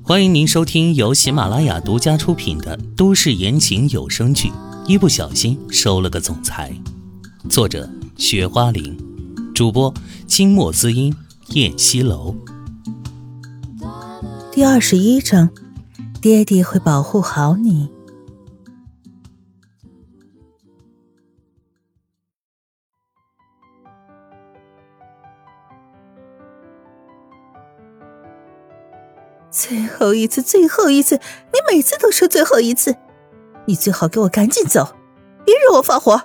欢迎您收听由喜马拉雅独家出品的都市言情有声剧《一不小心收了个总裁》，作者雪花玲，主播清墨滋音、燕西楼。 第21章，爹地会保护好你。最后一次，你每次都说最后一次，你最好给我赶紧走，别惹我发火。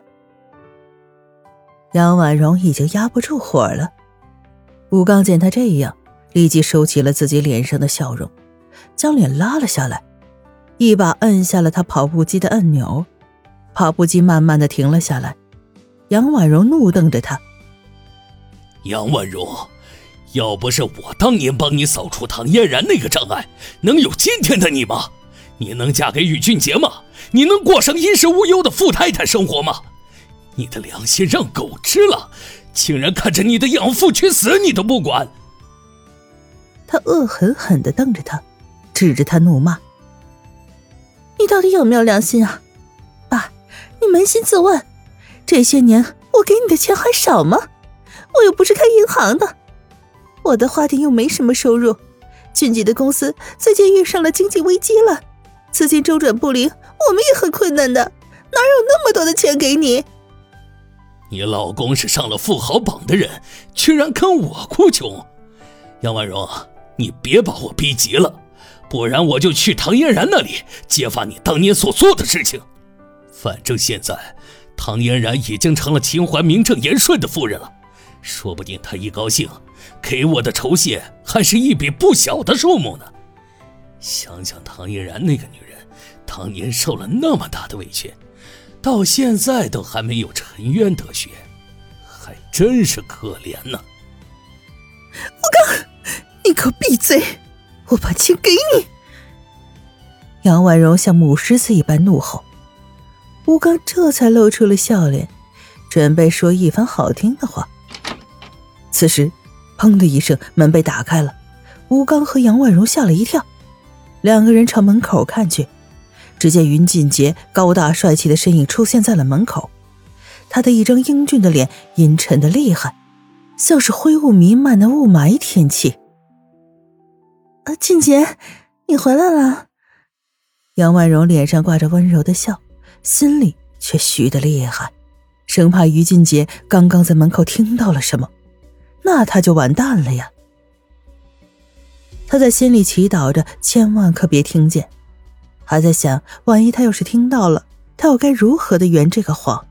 杨婉容已经压不住火了，吴刚见他这样，立即收起了自己脸上的笑容，将脸拉了下来，一把摁下了他跑步机的按钮，跑步机慢慢的停了下来。杨婉容怒瞪着他， 杨婉容，要不是我当年帮你扫除唐嫣然那个障碍，能有今天的你吗？你能嫁给宇俊杰吗？你能过上衣食无忧的富太太生活吗？你的良心让狗吃了，竟然看着你的养父去死你都不管。 他恶狠狠地瞪着他，指着他怒骂，你到底有没有良心啊？爸，你扪心自问，这些年我给你的钱还少吗？我又不是开银行的，我的花店又没什么收入，俊杰的公司最近遇上了经济危机了，资金周转不灵，我们也很困难的，哪有那么多的钱给你？ 你老公是上了富豪榜的人，居然跟我哭穷。杨婉容，你别把我逼急了，不然我就去唐嫣然那里揭发你当年所做的事情。反正现在唐嫣然已经成了秦淮名正言顺的夫人了，说不定她一高兴给我的酬谢还是一笔不小的数目呢。想想唐嫣然那个女人当年受了那么大的委屈，到现在都还没有沉冤得雪，还真是可怜呢。 吴刚，你给我闭嘴，我把钱给你！杨婉容像母狮子一般怒吼，吴刚这才露出了笑脸，准备说一番好听的话。此时砰的一声，门被打开了，吴刚和杨婉容吓了一跳，两个人朝门口看去，只见云俊杰高大帅气的身影出现在了门口，他的一张英俊的脸阴沉的厉害，像是灰雾弥漫的雾霾天气。俊杰，你回来了。杨婉容脸上挂着温柔的笑，心里却虚得厉害，生怕于俊杰刚刚在门口听到了什么，那他就完蛋了呀。他在心里祈祷着千万可别听见，还在想万一他要是听到了，他又该如何的圆这个谎。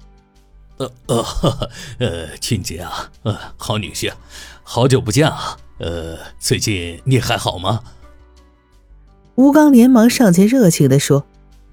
俊杰啊，好女婿，好久不见啊，最近你还好吗？ 吴刚连忙上前热情地说，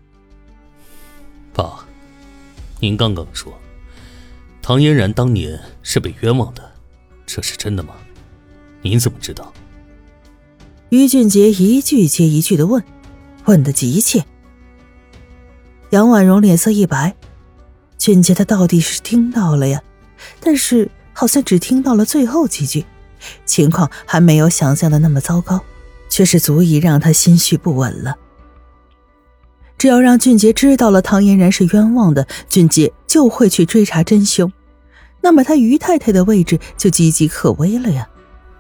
爸，您刚刚说唐嫣然当年是被冤枉的，这是真的吗？您怎么知道？ 于俊杰一句接一句地问，问得急切。杨婉容脸色一白，俊杰他到底是听到了呀，但是好像只听到了最后几句，情况还没有想象的那么糟糕，却是足以让他心绪不稳了。只要让俊杰知道了唐嫣然是冤枉的，俊杰就会去追查真凶，那么他于太太的位置就岌岌可危了呀。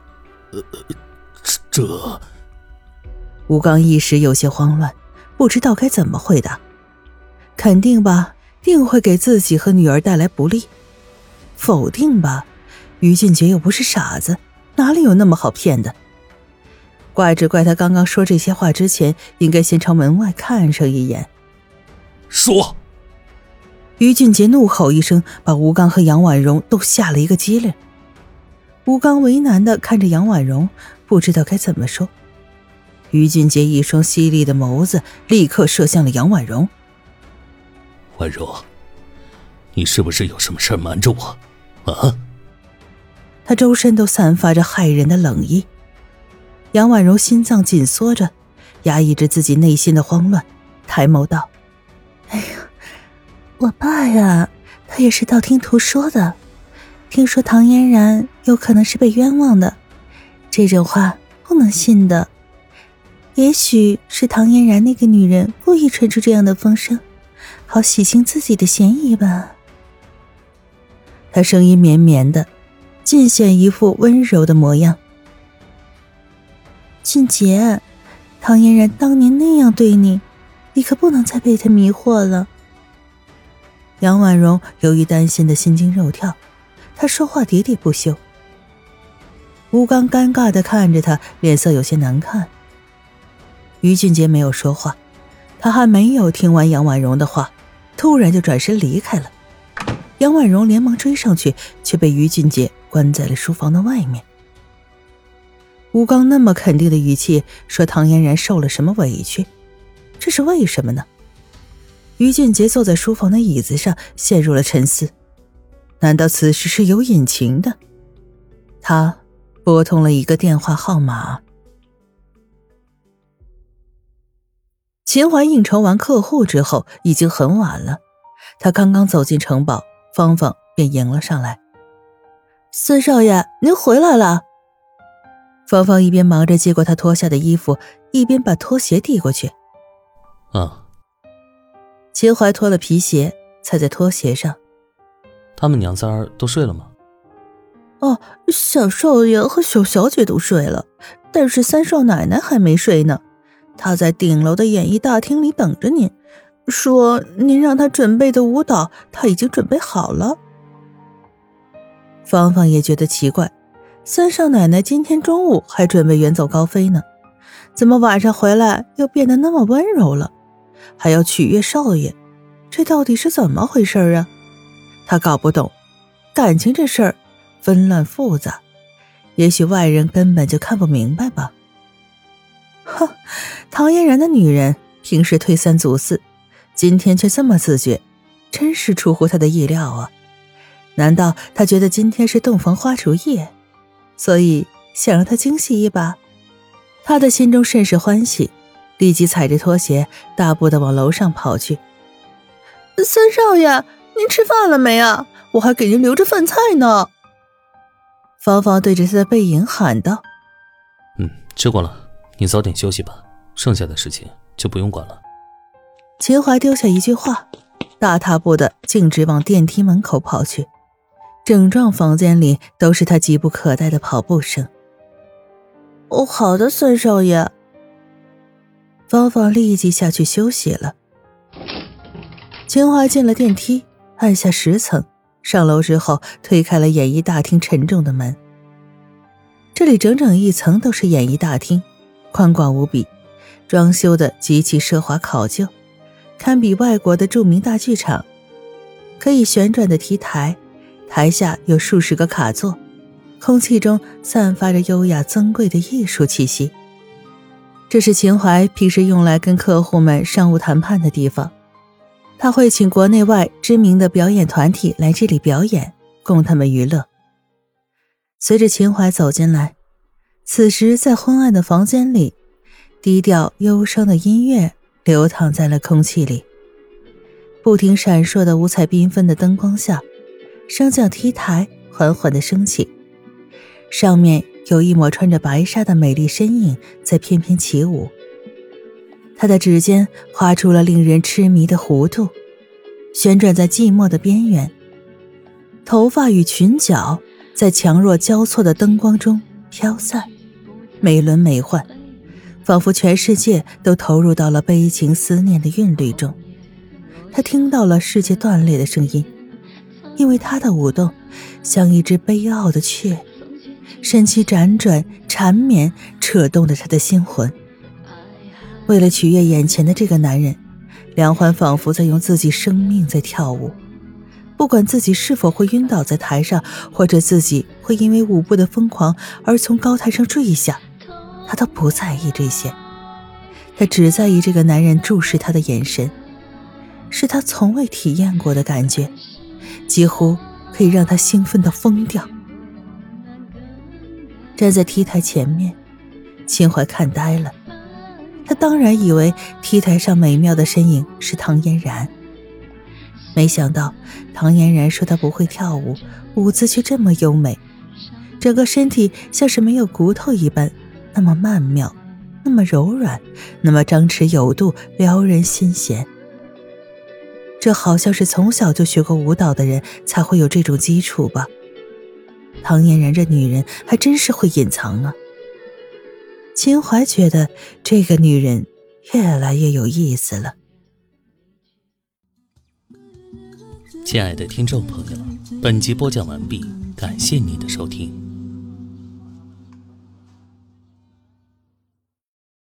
这吴刚一时有些慌乱，不知道该怎么回答。肯定吧，定会给自己和女儿带来不利；否定吧，于俊杰又不是傻子，哪里有那么好骗的？怪只怪他刚刚说这些话之前，应该先朝门外看上一眼。 说！ 于俊杰怒吼一声，把吴刚和杨婉容都吓了一个激灵。吴刚为难地看着杨婉容，不知道该怎么说。于俊杰一双犀利的眸子立刻射向了杨婉容。 婉容，你是不是有什么事瞒着我啊？ 他周身都散发着骇人的冷意。杨婉容心脏紧缩着，压抑着自己内心的慌乱，抬眸道，哎呀，我爸呀，他也是道听途说的，听说唐嫣然有可能是被冤枉的，这种话不能信的。 也许是唐嫣然那个女人故意吹出这样的风声，好洗清自己的嫌疑吧。他声音绵绵的，尽显一副温柔的模样。俊杰，唐嫣然当年那样对你，你可不能再被他迷惑了。杨婉容由于担心的心惊肉跳，她说话喋喋不休。吴刚尴尬地看着他，脸色有些难看。于俊杰没有说话，他还没有听完杨婉容的话，突然就转身离开了。杨婉容连忙追上去，却被于俊杰关在了书房的外面。吴刚那么肯定的语气说唐嫣然受了什么委屈，这是为什么呢？于俊杰坐在书房的椅子上，陷入了沉思。难道此事是有隐情的？他拨通了一个电话号码。秦淮应酬完客户之后，已经很晚了。他刚刚走进城堡，芳芳便迎了上来。孙少爷，您回来了。芳芳一边忙着接过他脱下的衣服，一边把拖鞋递过去。秦淮脱了皮鞋，踩在拖鞋上。 他们娘仨儿都睡了吗？ 小少爷和小小姐都睡了，但是三少奶奶还没睡呢。她在顶楼的演艺大厅里等着您，说您让她准备的舞蹈她已经准备好了。芳芳也觉得奇怪，三少奶奶今天中午还准备远走高飞呢，怎么晚上回来又变得那么温柔了，还要取悦少爷，这到底是怎么回事啊？她搞不懂，感情这事儿纷乱复杂，也许外人根本就看不明白吧。唐嫣然的女人平时推三阻四，今天却这么自觉，真是出乎她的意料啊。难道她觉得今天是洞房花烛夜，所以想让她惊喜一把？她的心中甚是欢喜，立即踩着拖鞋大步地往楼上跑去。三少爷，您吃饭了没啊？我还给您留着饭菜呢。芳芳对着他的背影喊道。 吃过了，你早点休息吧，剩下的事情就不用管了。 秦淮丢下一句话，大踏步的径直往电梯门口跑去，整幢房间里都是他急不可待的跑步声。好的，三少爷。芳芳立即下去休息了。秦淮进了电梯，按下10层，上楼之后推开了演艺大厅沉重的门。这里整整1层都是演艺大厅，宽广无比，装修的极其奢华考究，堪比外国的著名大剧场。可以旋转的 T 台，台下有数十个卡座，空气中散发着优雅尊贵的艺术气息。这是秦淮平时用来跟客户们商务谈判的地方，他会请国内外知名的表演团体来这里表演，供他们娱乐。随着秦淮走进来，此时在昏暗的房间里，低调忧伤的音乐流淌在了空气里。不停闪烁的五彩缤纷的灯光下，升降梯台缓缓地升起，上面有一抹穿着白纱的美丽身影在翩翩起舞。她的指尖画出了令人痴迷的弧度，旋转在寂寞的边缘，头发与裙角在强弱交错的灯光中飘散，美轮美奂，仿佛全世界都投入到了悲情思念的韵律中。他听到了世界断裂的声音，因为他的舞动像一只悲傲的雀，身躯辗转缠绵，扯动着他的心魂。为了取悦眼前的这个男人，梁欢仿佛在用自己生命在跳舞，不管自己是否会晕倒在台上，或者自己会因为舞步的疯狂而从高台上坠下，他都不在意这些。他只在意这个男人注视他的眼神，是他从未体验过的感觉，几乎可以让他兴奋到疯掉。站在 T 台前面，秦淮看呆了，他当然以为 T 台上美妙的身影是唐嫣然，没想到唐嫣然说她不会跳舞，舞姿却这么优美，整个身体像是没有骨头一般，那么曼妙， 那么柔软，那么张弛有度，撩人心弦。这好像是从小就学过舞蹈的人才会有这种基础吧。唐嫣然这女人还真是会隐藏啊。秦淮觉得这个女人越来越有意思了。 亲爱的听众朋友，本集播讲完毕，感谢您的收听。